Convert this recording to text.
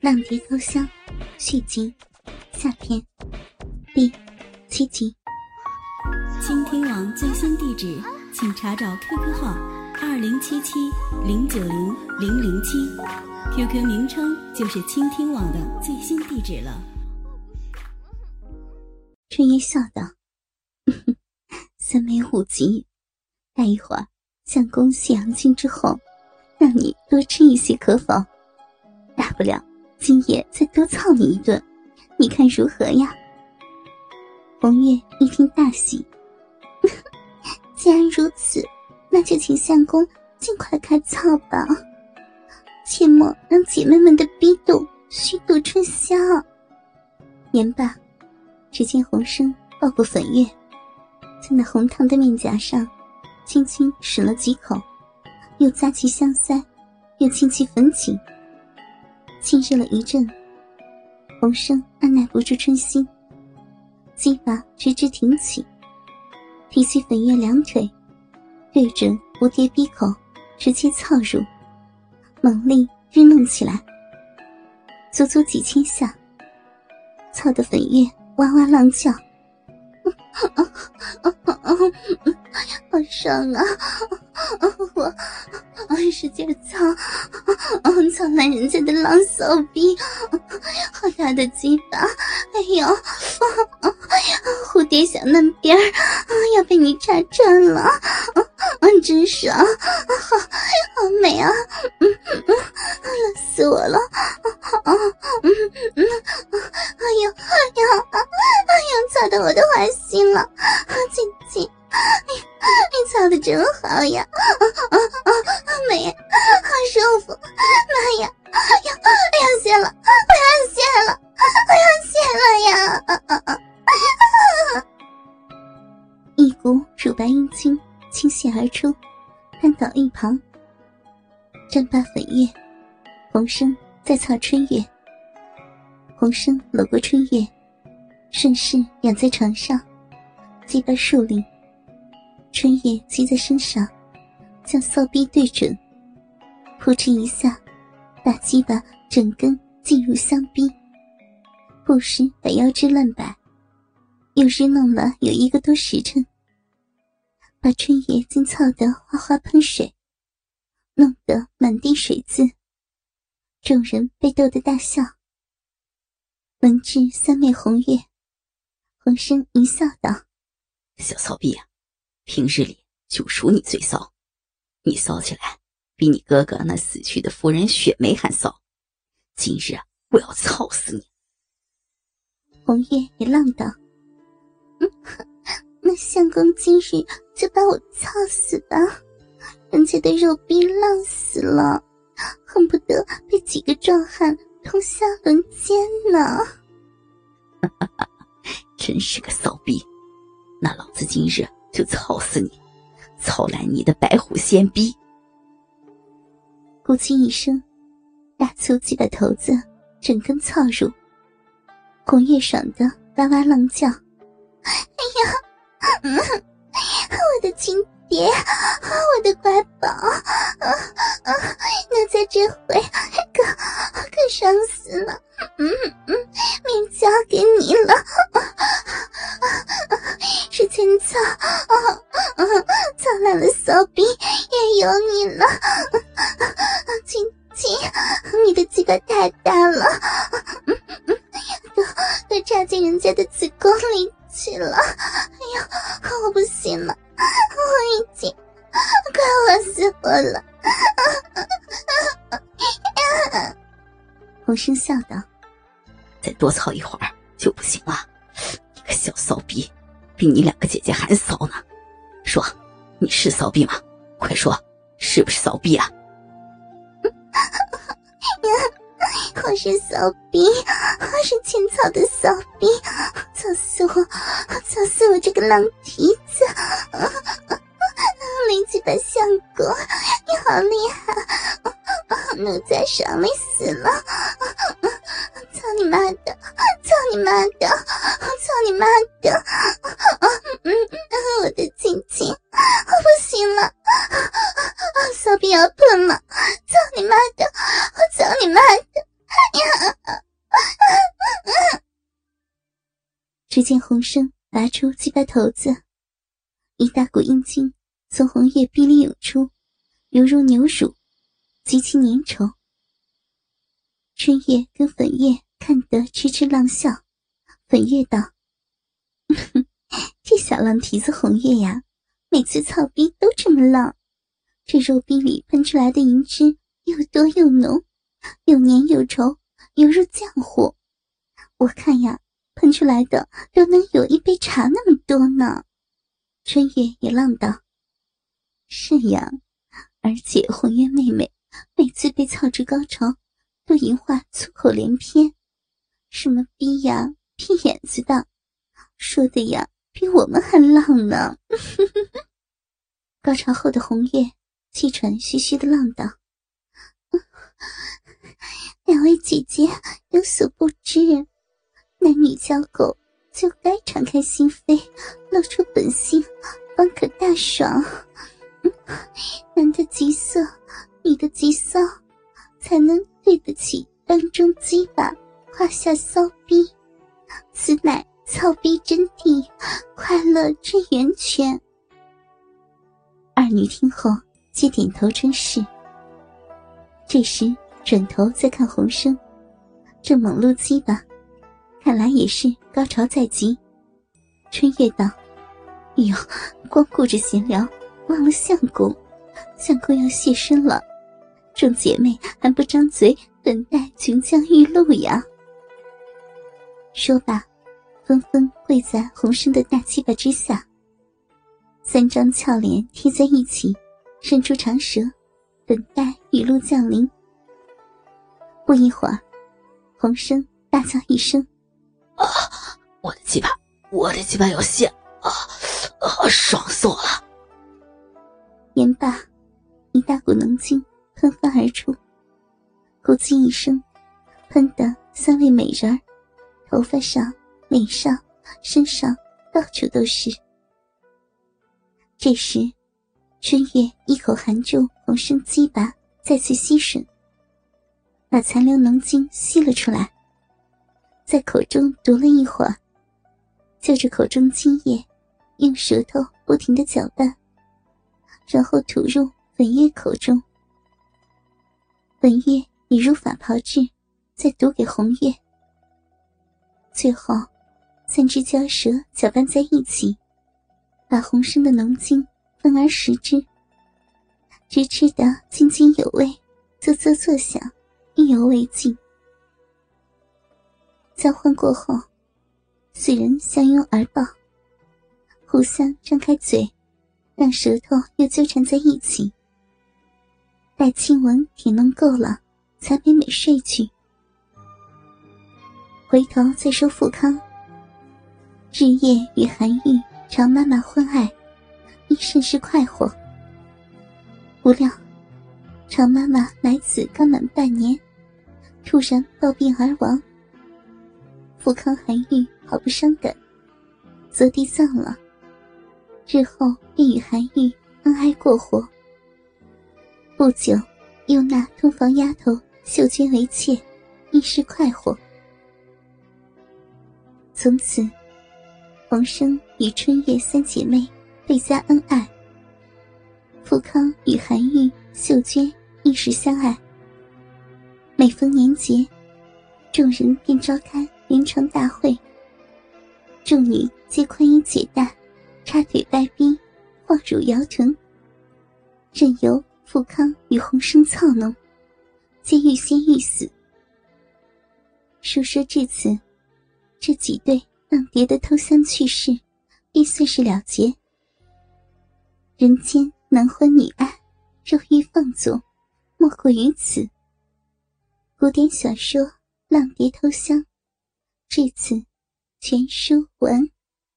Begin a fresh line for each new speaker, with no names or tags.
浪蝶高香续集下篇第7集。
倾听网最新地址，请查找 QQ 号2077090007，QQ 名称就是倾听网的最新地址了。
春叶笑道：三枚虎吉，待一会儿相公西洋镜之后，让你多吃一些可否？大不了今夜再多操你一顿，你看如何呀？红月一听大喜，既然如此，那就请相公尽快开操吧，切莫让姐妹们的逼度虚度春宵。言罢，只见红生抱过粉月，在那红烫的面颊上轻轻吮了几口，又咂起香腮，又轻轻粉颈，亲热了一阵。红生按耐不住春心，鸡巴直直挺起，提起粉月两腿，对准蝴蝶鼻口直接操入，猛力日弄起来，足足几千下，操得粉月哇哇浪叫。好爽啊！我使劲操，操烂人家的狼骚逼，好大的鸡巴！哎呦，蝴蝶小嫩边儿要被你插穿了，真爽，好美啊！乐死我了！哎呦，操到我的花心了！亲亲，你操得真好呀！美，好舒服！妈呀，要泄了！我要泄了呀！一股乳白阴茎倾泻而出，瘫倒一旁。沾罢粉月，红生再操春月。红生搂过春月，顺势仰在床上，鸡巴竖立。春月骑在身上，将骚逼对准，扑哧一下，大鸡巴整根进入香逼，不时把腰肢乱摆，又日弄了有1个多时辰，把春月竟操得哗哗喷水，弄得满地水渍。众人被逗得大笑。闻至三妹红月，红生一笑道：
小骚逼啊，平日里就属你最骚，你骚起来比你哥哥那死去的夫人雪梅还骚，今日啊，我要操死你！
红月也浪道：那相公今日就把我操死吧，人家的肉逼浪死了，恨不得被几个壮汉通下轮奸呢！
真是个骚逼，那老子今日就操死你，操烂你的白虎仙逼！
咕叽一声，大粗鸡巴头子整根操入，红月爽的哇哇浪叫。哎呀，我的亲爹，我的乖宝，那在这回可爽死了，命交给你了，是千草，操烂了骚逼也有你了，亲亲，你的鸡巴太大了，都插进人家的子宫里去了，哎呦，我不行了，我已经快饿死我了。红生笑道：
再多操一会儿就不行了，你个小骚逼，比你2个姐姐还骚呢。说，你是骚逼吗？快说，是不是骚逼啊？我是骚逼，我是千草的骚逼，操死我这个浪蹄子！灵鸡巴相公，你好厉害，奴才爽累死了！操你妈的！操你妈的！操你妈的！我的亲亲，我不行了，骚逼要喷了！操你妈的！我操你妈的！呀！
只见洪生拔出鸡巴头子，一大股阴茎从红叶壁里涌出，犹如牛乳，极其粘稠。春叶跟粉叶看得痴痴浪笑，粉叶道：这小浪蹄子红叶呀，每次操逼都这么浪，这肉壁里喷出来的银汁又多又浓，又黏又稠，犹如浆糊。我看呀，喷出来的都能有一杯茶那么多呢。春叶也浪道：是呀，而且红叶妹妹每次被操至高潮都淫话粗口连篇，什么逼呀屁眼子的，说的呀比我们还浪呢。高潮后的红叶气喘吁吁的浪道：两位姐姐有所不知，男女交媾就该敞开心扉，露出本性，方可大爽。男的极色，女的极骚，才能对得起当中鸡巴，胯下骚逼，此乃操逼真谛，快乐之源泉。二女听后皆点头称是。这时转头再看洪生，正猛露鸡巴，看来也是高潮在即。春月道：哎呦，光顾着闲聊，忘了相公，相公要现身了，众姐妹还不张嘴等待琼浆玉露呀。说罢，纷纷跪在洪生的大鸡巴之下，三张俏脸贴在一起，伸出长舌，等待雨露降临。不一会儿，洪生大叫一声：
啊，我的鸡巴要现爽死我了。
言罢，一大股浓精喷发而出，呼叽一声，喷得三位美人儿头发上、脸上、身上到处都是。这时春月一口含住洪生鸡巴，再次吸吮，把残留浓精吸了出来，在口中读了一会儿，就着口中精液用舌头不停地搅拌，然后吐入粉叶口中。粉叶也如法炮制，再毒给红叶。最后三只娇舌搅拌在一起，把洪生的浓精分而食之，直吃得津津有味，啧啧作响，意犹未尽。交换过后，四人相拥而抱，互相张开嘴，让舌头又纠缠在一起。待亲吻舔弄够了，才美美睡去。回头再说富康，日夜与韩愈常妈妈欢爱，亦甚是快活。不料常妈妈来子刚满半年，突然暴病而亡。富康韩愈好不伤感，择地葬了。日后便与韩愈恩爱过活。不久又纳通房丫头秀娟为妾，亦是快活。从此洪生与春月三姐妹倍加恩爱，富康与韩愈、秀娟亦是相爱。每逢年节，众人便召开连床大会，众女皆宽衣解带，插腿拜宾，晃乳摇臀，任由富康与洪生操弄，皆欲仙欲死。述说至此，这几对浪蝶的偷香趣事亦算是了结。人间男欢女爱，肉欲放纵，莫过于此。古典小说《浪蝶偷香》至此全书完。